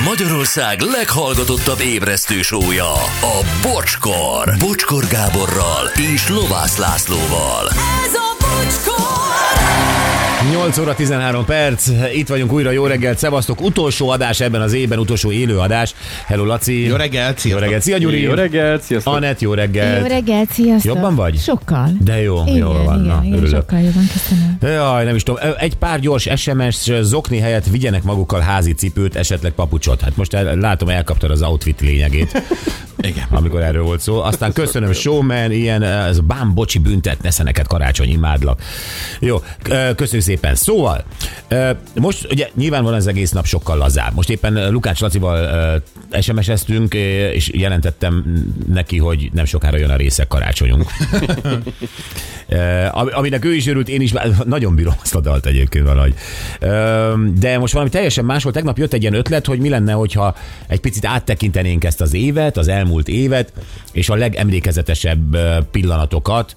Magyarország leghallgatottabb ébresztő show-ja, a Bocskor. Bocskor Gáborral és Lovász Lászlóval. Ez a Bocskor! 8 óra 13 perc, itt vagyunk újra, jó reggelt, szevasztok, utolsó adás ebben az évben, utolsó élő adás. Hello Laci. Jó reggelt, sziasztok. Jó reggelt, szia Gyuri. Jó reggelt, sziasztok. Anett, jó reggelt. Jó reggelt, sziasztok. Jobban vagy? Sokkal. De jó, igen, jól van, na, igen, örülök. sokkal jobban, köszönöm. Jaj, nem is tudom, egy pár gyors SMS zokni helyett vigyenek magukkal házi cipőt, esetleg papucsot. Hát most látom, elkaptad az outfit lényegét. Igen. Amikor erről volt szó. Aztán köszönöm, showman, ilyen, ez bán, bocsi, büntet, nesze neked karácsony, imádlak. Jó, köszönjük szépen. Szóval, most ugye nyilvánvalóan az egész nap sokkal lazább. Most éppen Lukács Lacival SMS-eztünk, és jelentettem neki, hogy nem sokára jön a részek karácsonyunk. Aminek ő is örült, én is, nagyon bírom azt a dalt egyébként valahogy. De most valami teljesen más volt. Tegnap jött egy ilyen ötlet, hogy mi lenne, hogyha egy picit áttekintenénk ezt az évet, az elmúlt évet, és a legemlékezetesebb pillanatokat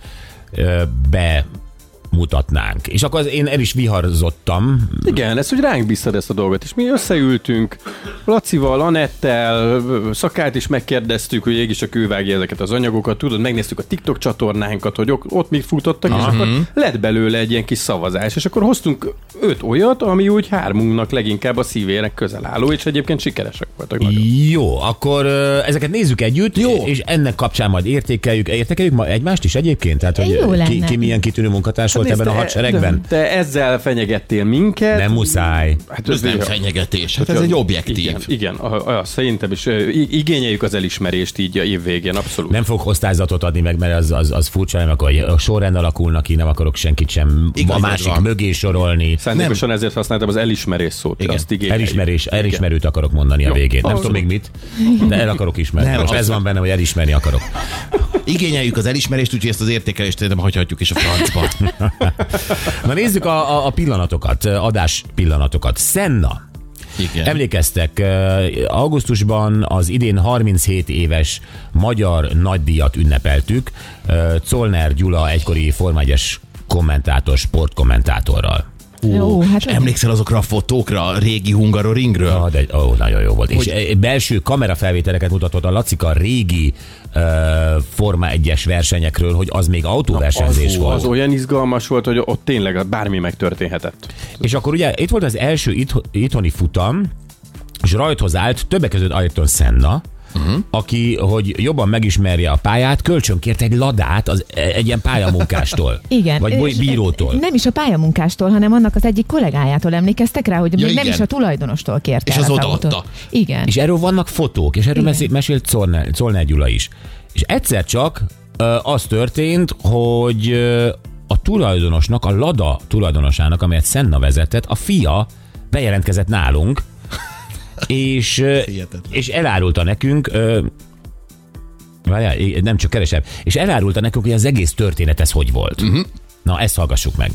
bemutatnánk. És akkor én el is viharzottam. Igen, ezt úgy ránk bíztad ezt a dolgot, és mi összeültünk Lacival, Anettel, Szakát is megkérdeztük, hogy ég is a kővágja ezeket az anyagokat, tudod, megnéztük a TikTok csatornánkat, hogy ott még futottak, és akkor lett belőle egy ilyen kis szavazás, és akkor hoztunk 5 olyat, ami úgy hármunknak leginkább a szívének közel álló, és egyébként sikeresek voltak nagyon. Jó, akkor ezeket nézzük együtt, jó. És ennek kapcsán majd értékeljük ma egymást is egyébként? Tehát, hogy ki milyen kitűnő munkatárs volt ebben a hadseregben? Te ezzel fenyegettél minket. Nem muszáj. Hát ez nem fenyegetés, hát ez egy objektív. Igen, szerintem is igényeljük az elismerést így a év végén, abszolút. Nem fog osztályzatot adni meg, mert az furcsa, nem akkor a sorrend alakulnak ki, nem akarok senkit sem a másik mögé sorolni. Szándékosan ezért használtam az elismerés szót. Igen. Azt elismerőt akarok mondani a végén. Nem tudom még mit, de el akarok ismerni. Most ez van benne, hogy elismerni akarok. Igényeljük az elismerést, úgyhogy ezt az értékelést nem hagyhatjuk is a francba. Na nézzük a pillanatokat, adás pillanatokat. Senna. Igen. Emlékeztek, augusztusban az idén 37 éves magyar nagydíjat ünnepeltük Zollner Gyula egykori Forma 1-es kommentátor, sportkommentátorral. Jó, hát emlékszel azokra a fotókra a régi Hungaroringről? Nagyon jó volt. És belső kamerafelvételeket mutatott a Lacika régi Forma 1-es versenyekről, hogy az még autóversenyzés volt. Az olyan izgalmas volt, hogy ott tényleg bármi megtörténhetett. És akkor ugye itt volt az első itthoni futam, és rajthoz állt többek között Ayrton Senna, aki, hogy jobban megismerje a pályát, kölcsönkért egy ladát egy ilyen pályamunkástól. Igen. Vagy bírótól. Nem is a pályamunkástól, hanem annak az egyik kollégájától. Emlékeztek rá, hogy nem is a tulajdonostól kérte. És az odaadta. Igen. És erről vannak fotók, és erről mesélt Zollner Gyula is. És egyszer csak az történt, hogy a tulajdonosnak, a Lada tulajdonosának, amelyet Senna vezetett, a fia bejelentkezett nálunk, és elárulta nekünk, nem csak keresem, és elárulta nekünk, hogy az egész történet ez hogy volt. Na, ezt hallgassuk meg.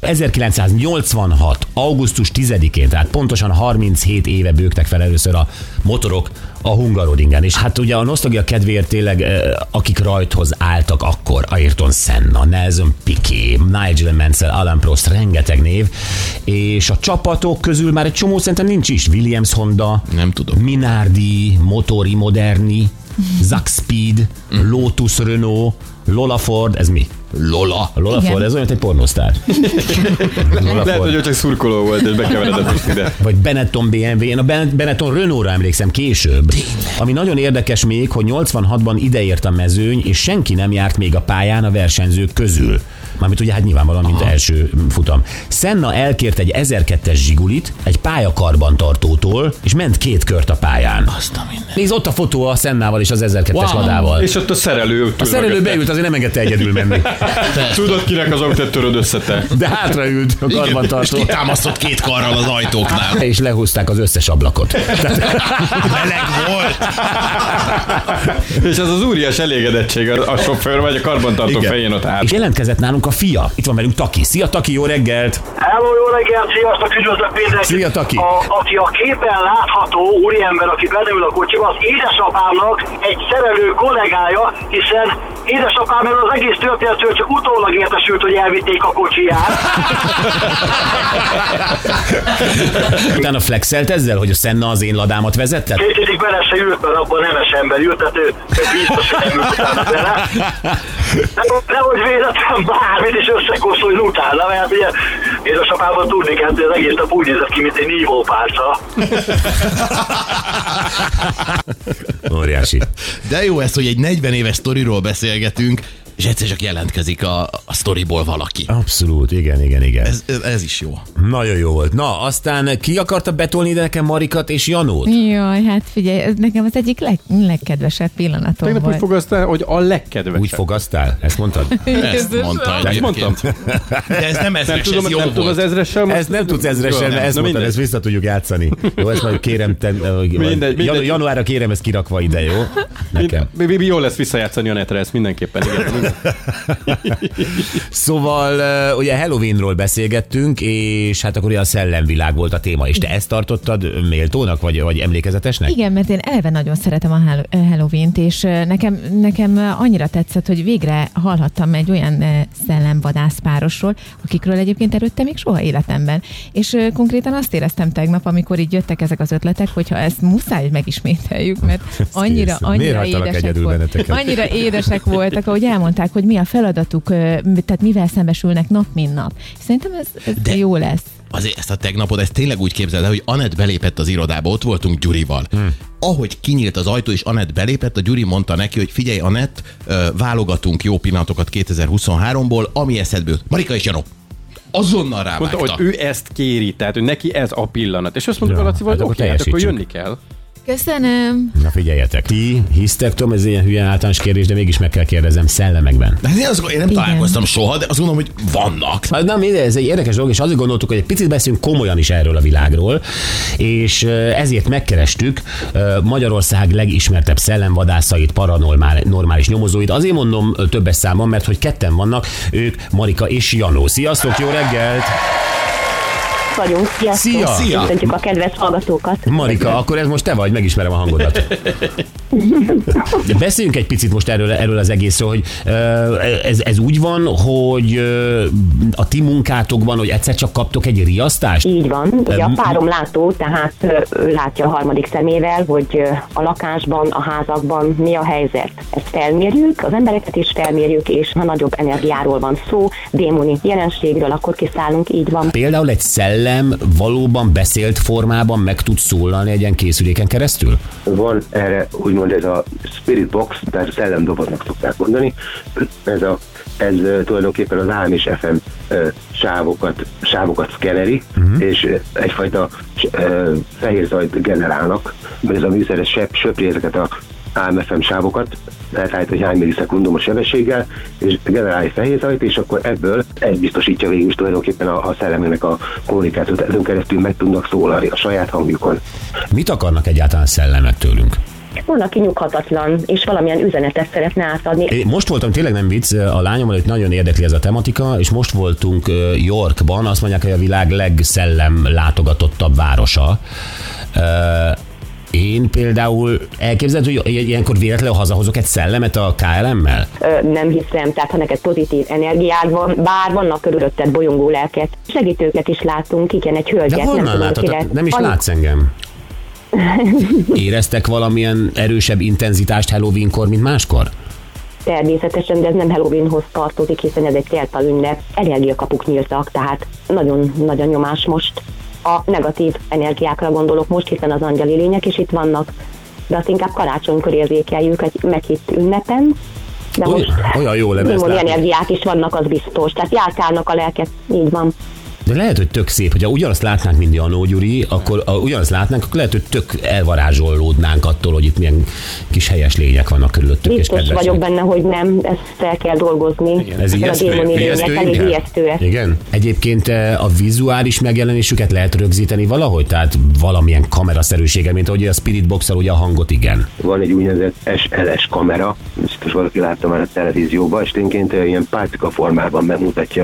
1986. augusztus 10-én, tehát pontosan 37 éve bőgtek fel először a motorok a Hungaroringen, és hát ugye a nosztalgia kedvéért tényleg, akik rajthoz álltak akkor, Ayrton Senna, Nelson Piquet, Nigel Mansell, Alain Prost, rengeteg név, és a csapatok közül már egy csomó szerintem nincs is. Williams Honda, nem tudom. Minardi, Motori Moderni, Zack Speed, Lotus Renault, Lola Ford, ez mi? Lola Ford, ez olyan, mint egy pornósztár. Lehet, hogy ő csak szurkoló volt, és bekeveredett most ide. Vagy Benetton BMW, én a Benetton Renault-ra emlékszem később. Ami nagyon érdekes még, hogy 86-ban ideért a mezőny, és senki nem járt még a pályán a versenyzők közül. Mármint ugye hát nyilvánvalóan, mint első futam. Senna elkért egy 1002-es Zsigulit egy pályakarbantartótól, és ment 2 kört a pályán. Nézd, ott a fotó a Sennával és az 1002-es Ladával. És ott a szerelő. A szerelő beült, azért nem engedte egyedül menni. Tudod, kinek az autót töröd össze te? De hátraült a karbantartó. És kitámasztott 2 karral az ajtóknál. És lehúzták az összes ablakot. Meleg volt. És az óriás elégedettség a sofőr vagy a karbantartó fején ott állt. És jelentkezett nálunk a fia. Itt van velünk Taki. Szia Taki, jó reggelt! Hello, jó reggelt, sziasztok, üdvözlök mindenkit! Szia Taki! Aki a képen látható úriember, aki beleül a kocsiba, az édesapámnak egy szerelő kollégája, hiszen Édesapám ez az egész történetről csak utólag értesült, hogy elvitték a kocsiját. Utána flexelt ezzel, hogy a Senna az én ladámat vezetett? Kétsédik bele se ült, mert abban nemes ember ült, tehát ő biztos, hogy nem ült utána bele. Nehogy véletlen bármit is összekoszoljon utána, mert ugye édesapában tudni kell, hogy az egész nap úgy nézett ki, mint egy nívópálca. Óriási. De jó ez, hogy egy 40 éves sztoriról beszélgetünk, és egyszer csak jelentkezik a sztoriból valaki. Abszolút, igen. Ez is jó. Nagyon jó volt. Na, aztán ki akarta betolni ide nekem Marikat és Janót? Jaj, hát figyelj, ez nekem az egyik legkedvesebb pillanatom Tegnap volt. úgy fogasztál, hogy a legkedvesebb. Úgy fogasztál? Ezt mondtad? Ezt mondta egyébként. De ez nem ezres, ez jó nem tudom az volt. ezressel. Ezt nem tudsz ezresen, mert ezt mondtad, ezt vissza tudjuk játszani. Jó, ezt majd kérem, Mindegy. januárra kérem ezt kirakva ide, jó? Nekem. Jó lesz visszajátszani a netre, ezt mindenképpen. Igen. Szóval ugye Halloweenról beszélgettünk, és hát akkor ugye a szellemvilág volt a téma, és te ezt tartottad méltónak, vagy emlékezetesnek? Igen, mert én eleve nagyon szeretem a Halloween-t, és nekem annyira tetszett, hogy végre hallhattam egy olyan szellemvadász párosról, akikről egyébként előtte még soha életemben. És konkrétan azt éreztem tegnap, amikor így jöttek ezek az ötletek, hogyha ezt muszáj, hogy megismételjük, mert annyira édesek voltak, ahogy elmondták, hogy mi a feladatuk, tehát mivel szembesülnek nap, mint nap. Szerintem ez jó lesz. Azért ezt a tegnapot, ezt tényleg úgy képzeld el, hogy Anett belépett az irodába, ott voltunk Gyurival. Ahogy kinyílt az ajtó és Anett belépett, a Gyuri mondta neki, hogy figyelj Anett, válogatunk jó pillanatokat 2023-ból, ami eszedbe jut. Marika és Janó. Azonnal rávágta. Mondta, hogy ő ezt kéri, tehát hogy neki ez a pillanat. És azt mondtuk a Lacival, hogy oké, akkor jönni kell. Köszönöm. Na figyeljetek, ti hisztek, Tom, ez ilyen hülye általános kérdés, de mégis meg kell kérdezem, szellemekben. De én nem találkoztam soha, de azt mondom, hogy vannak. Hát nem, ez egy érdekes dolog, és azért gondoltuk, hogy egy picit beszélünk komolyan is erről a világról, és ezért megkerestük Magyarország legismertebb szellemvadászait, paranormális nyomozóit. Azért mondom többes számban, mert hogy ketten vannak, ők Marika és Janó. Sziasztok, jó reggelt! Vagyunk. Sziasztok. Szia! Köszöntjük a kedves hallgatókat. Marika, akkor ez most te vagy, megismerem a hangodat. De beszéljünk egy picit most erről az egészről, hogy ez úgy van, hogy a ti munkátokban, hogy egyszer csak kaptok egy riasztást? Így van. Ugye a párom látó, tehát látja a harmadik szemével, hogy a lakásban, a házakban mi a helyzet. Ezt felmérjük, az embereket is felmérjük, és ha nagyobb energiáról van szó, démoni jelenségről, akkor kiszállunk, így van. Például egy szellem valóban beszélt formában meg tud szólalni egy ilyen készüléken keresztül? Van erre úgymond ez a spirit box, tehát szellemdoboznak szokták mondani. Ez tulajdonképpen az AM és FM sávokat szkeneri, és egyfajta fehér zajt generálnak. Ez a műszer söpri ezeket a AM-FM sávokat, lehet, hogy hány millisekundumos sebességgel, és generálja fehér zajt, és akkor ebből ez biztosítja végül is tulajdonképpen a szellemeknek a kommunikációt. Ezen keresztül meg tudnak szólalni a saját hangjukon. Mit akarnak egyáltalán szellemek tőlünk? Van, aki nyughatatlan, és valamilyen üzenetet szeretne átadni. Most voltam, tényleg nem vicc, a lányommal itt nagyon érdekli ez a tematika, és most voltunk Yorkban, azt mondják, hogy a világ legszellem látogatottabb városa. Én például elképzeled, hogy ilyenkor véletlenül hazahozok egy szellemet a KLM-mel? Nem hiszem, tehát ha neked pozitív energiád van, bár vannak körülötted bolyongó lelket, segítőket is látunk, igen, egy hölgyet. De honnan látod? Nem is látsz engem. Éreztek valamilyen erősebb intenzitást Halloweenkor, mint máskor? Természetesen, de ez nem Halloweenhoz tartozik, hiszen ez egy celta ünnep. Energiakapuk nyíltak, tehát nagyon nagy a nyomás most. A negatív energiákra gondolok most, hiszen az angyali lények is itt vannak, de azt inkább karácsonykor érzékeljük egy meghitt ünnepen. De olyan jó lenne most energiák is vannak, az biztos. Tehát járkálnak a lelket, így van. De lehet, hogy tök szép, hogyha ugyanazt látnánk, mint Janó Gyuri, akkor ugyanazt látnánk, akkor lehet, hogy tök elvarázsolódnák attól, hogy itt milyen kis helyes lények vannak körülöttük. Biztos vagyok benne, hogy nem, ezt fel kell dolgozni. Igen. Ez ijesztő? Igen. Egyébként a vizuális megjelenésüket lehet rögzíteni valahogy? Tehát valamilyen kameraszerűséggel, mint ahogy a Spirit Box-al ugye a hangot, igen. Van egy úgynevezett SLS kamera, biztos valaki látta már a televízióban, és tényként ilyen pálcika formában megmutatja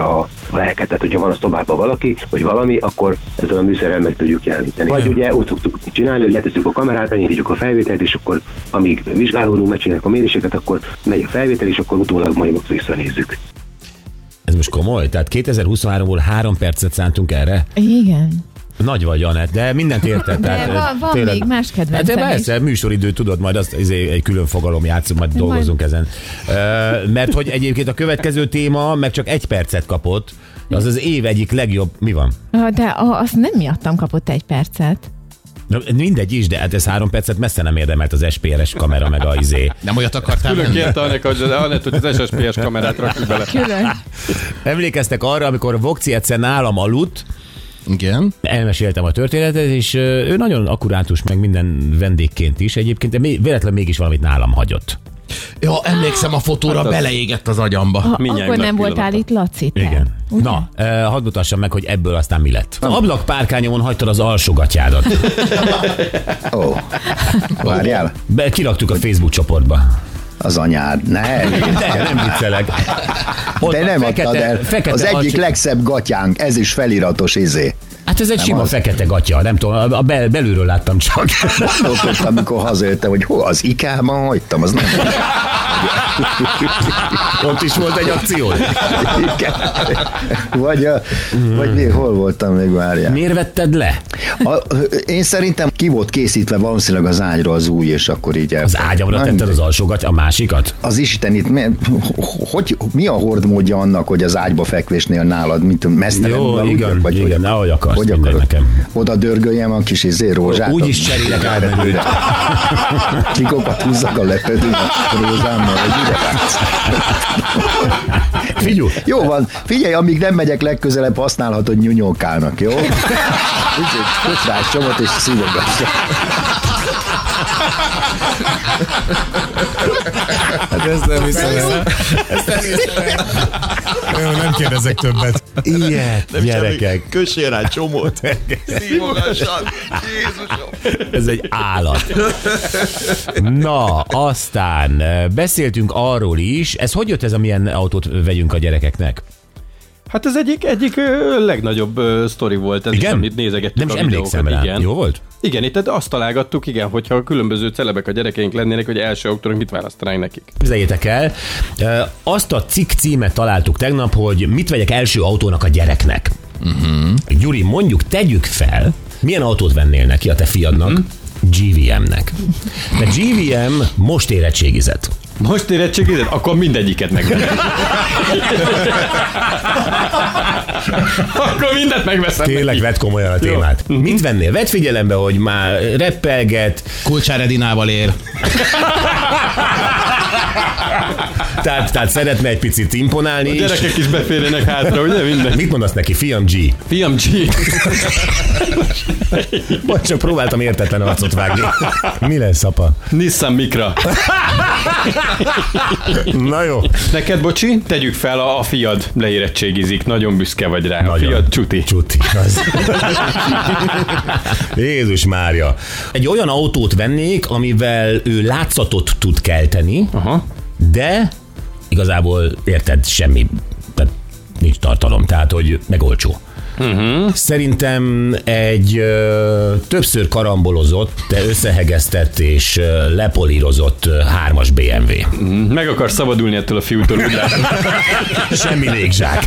lelket. Tehát, hogyha van a szobában valaki, vagy valami, akkor ezzel a műszerrel meg tudjuk jeleníteni. Vagy ugye úgy szoktuk csinálni, hogy letesszük a kamerát, benyitjuk a felvételt, és akkor amíg vizsgálódunk, megcsináljuk a méréseket, akkor megy a felvétel, és akkor utólag majd visszanézzük. Ez most komoly? Tehát 2023-ból 3 percet szántunk erre? Igen. Nagy vagy, Anett, de mindent érted. De van tényleg, még más kedvencem hát persze, műsoridő, tudod, majd azt egy külön fogalom játszunk, majd dolgozunk ezen. Mert hogy egyébként a következő téma meg csak 1 percet kapott, az az év egyik legjobb, mi van? De azt nem miattam kapott 1 percet. Mindegy is, de hát ez 3 percet messze nem érdemelt az SPRS kamera, meg a Nem olyat akartál? Külön kérte Anett, hogy az SSPS kamerát rakjuk bele. Külön. Emlékeztek arra, amikor Vokci egyszer nálam aludt, igen. Elmeséltem a történetet, és ő nagyon akkurátus, meg minden vendégként is egyébként, de véletlenül mégis valamit nálam hagyott. Ja, emlékszem a fotóra, beleégett az agyamba. Akkor nem voltál itt, Laci, te. Igen. Ugye? Na, hadd mutassam meg, hogy ebből aztán mi lett. Az ablakpárkányomon hagytad az alsógatyádat. Ó, várjál. Kiraktuk a Facebook csoportba. Az anyád, ne. De nem viccelek. De nem adtad el. Az egyik legszebb gatyánk, ez is feliratos izé. Hát ez egy sima fekete gatya, nem tudom, belülről láttam csak. Gondolkodtam, amikor hazajöttem, hogy hol az IKEA-ban hagytam, az nem. Ott is volt egy akció. Vagy hol voltam még, várjál. Miért vetted le? Én szerintem ki volt készítve valószínűleg az ágyra az új, és akkor így az ágyamra tetted az alsógatya, a másikat? Az istenit, mi a hordmódja annak, hogy az ágyba fekvésnél nálad, mint mesztelen? Jó, igen, vagy igen, ahogy akarsz, hogy minden nekem. Oda dörgöljem a kis rózsát? Úgy is cserélek átmenőt. Csikokat húzzak a lepedőn a rózsámmal, hogy ide látsz. Figyelj! Jó van, figyelj, amíg nem megyek legközelebb, használhatod nyúnyókának, jó? Úgyhogy köt rá egy csomót és szívogass. Hát ezt nem hiszem el. Nem kérdezek többet. Ilyet, gyerekek. Kössél rá csomót. Szívogassan. Jézusom. Ez egy állat. Na, aztán beszéltünk arról is, ez hogy jött ez, amilyen autót vegyünk a gyerekeknek? Hát ez egyik legnagyobb sztori volt, ez igen? Is, amit nézegettük nem a videókat. Nem emlékszem rá. Igen. Jó volt? Igen, itt azt találgattuk, igen, hogyha különböző celebek a gyerekeink lennének, hogy első autónak mit választanánk nekik. Képzeljétek el, azt a cikk címet találtuk tegnap, hogy mit vegyek első autónak a gyereknek. Gyuri, mondjuk tegyük fel, milyen autót vennél neki a te fiadnak? GVM-nek. De GVM most érettségizett. Most érettségizett? Akkor mindegyiket megveszem. Akkor mindent megveszem. Tényleg vedd komolyan a témát. Jó. Mit vennél? Vedd figyelembe, hogy már reppelget. Kulcsár Edinával ér. Tehát szeretne egy picit imponálni. A gyerekek is beférjenek hátra, ugye minden? Mit mondasz neki? Fiam G. Fiam G. Majd csak próbáltam értetlen arcot vágni. Mi lesz, apa? Nissan Micra. Na jó. Neked, bocsi, tegyük fel, a fiad leérettségizik. Nagyon büszke vagy rá. Nagyon. A fiad Csuti. Csuti. Az. Jézus Mária. Egy olyan autót vennék, amivel ő látszatot tud kelteni, aha, de igazából érted, semmi, tehát nincs tartalom, tehát hogy meg olcsó. Szerintem egy többször karambolozott, de összehegesztett és lepolírozott 3-as BMW. Meg akarsz szabadulni ettől a fiútól, úgy látom. Semmi légzsák.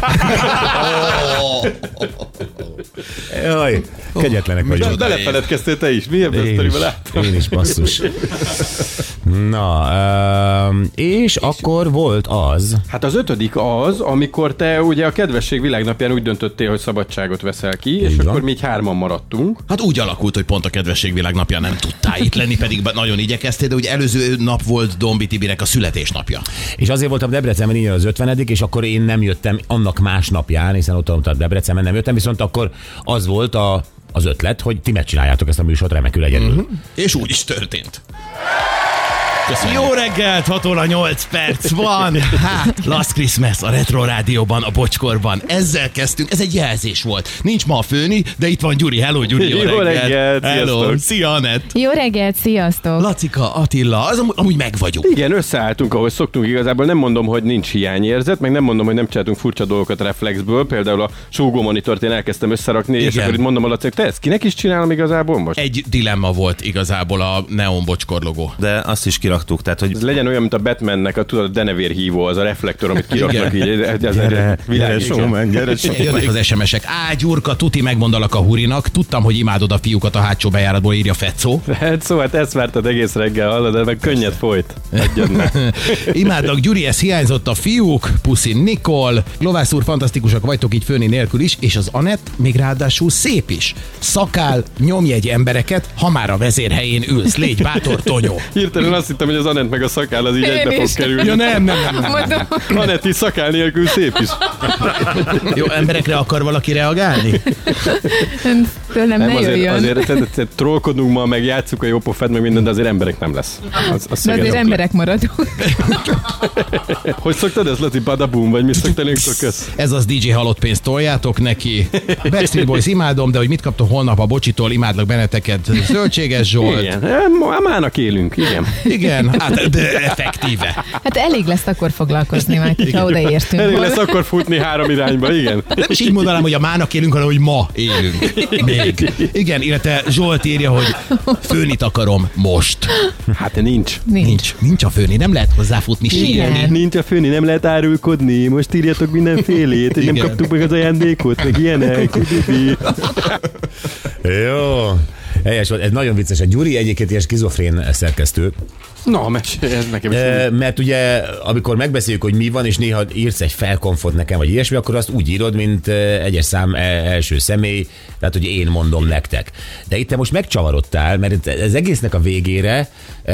Jaj, kegyetlenek vagyunk. Belefeledkeztél te is. Mi ebben a sztoriban láttam? Én is, basszus. Na, és akkor volt az. Hát az 5. az, amikor te ugye a Kedvesség világnapján úgy döntöttél, hogy szabadságot veszel ki, és akkor mi így 3-an maradtunk. Hát úgy alakult, hogy pont a Kedvesség világnapján nem tudtál itt lenni, pedig nagyon igyekeztél, de ugye előző nap volt Dombi Tibinek a születésnapja. És azért voltam Debrecenben így az 50., és akkor én nem jöttem annak másnapján, hiszen ott a Debrecenben nem jöttem, viszont akkor az volt az ötlet, hogy ti megcsináljátok ezt a műsort remekül egyedül. És úgy is történt. Köszönjük. Jó reggelt, 6 óra 8 perc van. Hát, Last Christmas a Retro Rádióban, a Bocskorban. Ezzel kezdtünk, ez egy jelzés volt. Nincs ma a főni, de itt van Gyuri. Hello, Gyuri, jó reggelt. Hello, Sziasztok. szia, Anett. Jó reggelt, sziasztok! Lacika, Attila, az amúgy meg vagyunk. Igen, összeálltunk, ahogy szoktunk. Igazából nem mondom, hogy nincs hiányérzet, meg nem mondom, hogy nem csináltunk furcsa dolgokat reflexből. Például a súgó monitort én elkezdtem összerakni, és Igen. akkor itt mondom a Lacinak, te ezt kinek is csinálom igazából most? Egy dilemma volt igazából a Neon Bocskor logó. De azt is kiraktuk, tehát hogy Ez legyen olyan, mint a Batmannek a tudod, a denevérhívó, az a reflektor, amit kiraknak így. Ez gyere, showman, gyere, Jönnek az SMS-ek. Gyurka, tuti megmondalak a Hurinak. Tudtam, hogy imádod a fiúkat a hátsó bejáratból, írja Fecó. Hát szóval ezt vártad egész reggel, hallod, de meg könnyed folyt. Adjad meg. Imádnak, Gyuri, ez hiányzott a fiúk, Puszi Nikol, Lovász úr, fantasztikusak vagytok így főni nélkül is, és az Anett még ráadásul szép is. Szakál, nyomjegy embereket, ha már a vezérhelyén ülsz, légy bátor, Tonyó. Hirtelen azt hittem, hogy az Anett meg a szakál az így Én egybe fog is. kerülni. Ja, nem. Mondom, Anett is szakál nélkül szép is. Jó, emberekre akar valaki reagálni? tőlem ne jöjjön. azért trollkodunk ma, meg játsszuk a jó pofát, meg minden, de azért emberek nem lesz. Az De szöges. azért emberek maradunk. Hogy szoktad ezt, Laci? Badabum, vagy mi szoktál ilyenkor? Kösz. Ez az DJ halott pénzt toljátok neki. Backstreet Boys imádom, de hogy mit kaptok holnap a Bocsitól, imádlak benneteket. Zöldséges Zsolt. Igen, mának élünk, igen. Igen, hát de effektíve. Hát elég lesz akkor foglalkozni majd, ha odaértünk. Elég lesz akkor futni 3 irányba, igen. Nem is így mondanám, hogy a mának élünk, hanem hogy ma élünk. Még. Igen, illetve Zsolt írja, hogy főnit akarom most. Hát nincs. Nincs a főni, nem lehet hozzáfutni, sírni. Igen. Nincs a főni, nem lehet árulkodni, most írjatok mindenfélét, hogy nem Igen. kaptuk meg az ajándékot, meg ilyenek. Jó. Helyes volt. Ez nagyon vicces. A Gyuri egyébként ilyen skizofrén szerkesztő. Na, mesélj, ez nekem is. Mert ugye, amikor megbeszéljük, hogy mi van, és néha írsz egy felkonfot nekem, vagy ilyesmi, akkor azt úgy írod, mint egyes szám első személy, tehát, hogy én mondom nektek. De itt te most megcsavarodtál, mert az egésznek a végére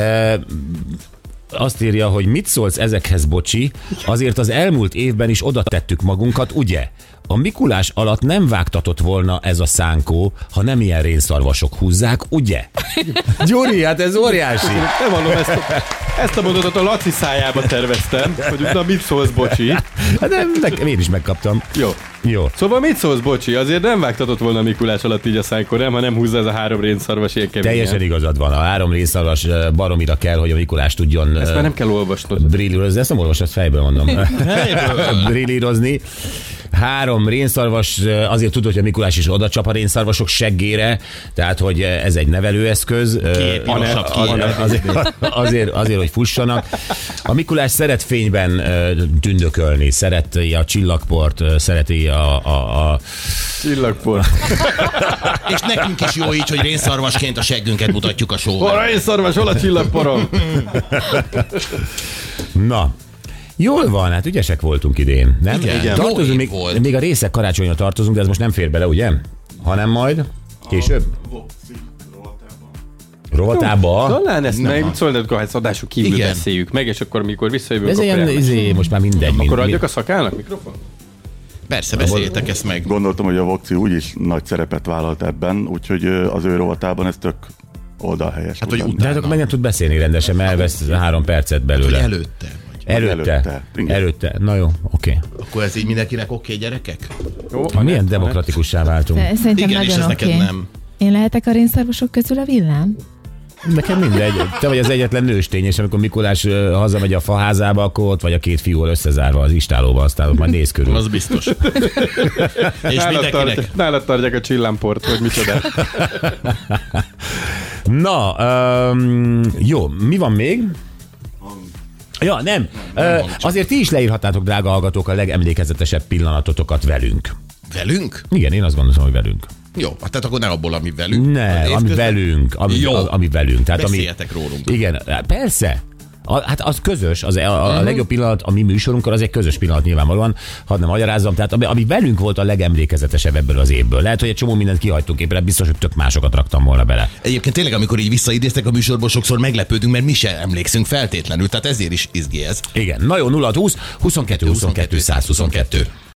azt írja, hogy mit szólsz ezekhez, Bocsi, azért az elmúlt évben is oda tettük magunkat, ugye? A Mikulás alatt nem vágtatott volna ez a szánkó, ha nem ilyen rénszarvasok húzzák, ugye? Gyuri, hát ez óriási. Nem mondom, ezt a mondatot a Laci szájába terveztem, hogy utána mit szólsz, Bocsi. Hát nem, én is megkaptam. Jó. Szóval mit szólsz, Bocsi? Azért nem vágtatott volna a Mikulás alatt így a szánkor, nem? Ha nem húzza ez a 3 rénszarvas ilyen keményen. Teljesen igazad van. A 3 rénszarvas baromira kell, hogy a Mikulás tudjon Ezt már nem kell olvasnod. brillírozni. Ezt nem olvasod, fejből mondom. Brillírozni. 3 rénszarvas, azért tudod, hogy a Mikulás is oda csap a rénszarvasok seggére, tehát, hogy ez egy nevelőeszköz. Azért, hogy fussanak. A Mikulás szeret fényben tündökölni, szereti a csillagport, szereti a Csillagpor. És nekünk is jó így, hogy rénszarvasként a seggünket mutatjuk a Hol showban. a rénszarvas, hol a csillagporom? Na, jól van, hát ügyesek voltunk idén, nem? Igen. Tartozunk, Jó év még, volt. még a részek karácsonyra tartozunk, de ez most nem fér bele, ugye? Hanem majd később? Rovatába? Talán ezt meg szólnod, ha ezt adásuk kívül Igen. beszéljük meg, és akkor mikor visszajövünk, Ez akkor ilyen, most már mindegy. Akkor adjak a szakának mikrofon? Persze, beszéljétek ezt meg. Gondoltam, hogy a Voxi úgyis nagy szerepet vállalt ebben, úgyhogy az ő rovatában ez tök oldalhelyes. Hát, hogy De hát akkor meg nem tud beszélni rendesen, mert elvesz 3 percet belőle. Előtte. Előtte. Na jó, oké. Akkor ez így mindenkinek oké, gyerekek? Jó, Milyen demokratikussá váltunk. Szerintem Igen, és ez nagyon neked oké. nem. Én lehetek a rénszarvasok közül a villám? Nekem mindegy. Te vagy az egyetlen nőstény, és amikor Mikulás hazamegy a faházába, akkor ott vagy a 2 fiúval összezárva az istálóba, aztán ott majd néz körül. Az biztos. És mindenkinek. Nálad tartják a csillámport, hogy micsoda. Na, jó, mi van még? Ja, nem. Azért ti is leírhatnátok, drága hallgatók, a legemlékezetesebb pillanatotokat velünk. Velünk? Igen, én azt gondolom, hogy velünk. Jó, hát tehát akkor ne abból, ami velünk. Ne, Az ami évközben. velünk. Ami velünk. Tehát Beszéljetek rólunk. Igen, persze. Hát az közös, a legjobb pillanat a mi műsorunkkal, az egy közös pillanat nyilvánvalóan, hadd nem magyarázzam, tehát ami velünk volt a legemlékezetesebb ebből az évből. Lehet, hogy egy csomó mindent kihagytunk éppen, biztos, hogy tök másokat raktam volna bele. Egyébként tényleg, amikor így visszaidéztek a műsorból, sokszor meglepődünk, mert mi sem emlékszünk feltétlenül, tehát ezért is izgi ez. Igen, na jó, 0-20, 22 122.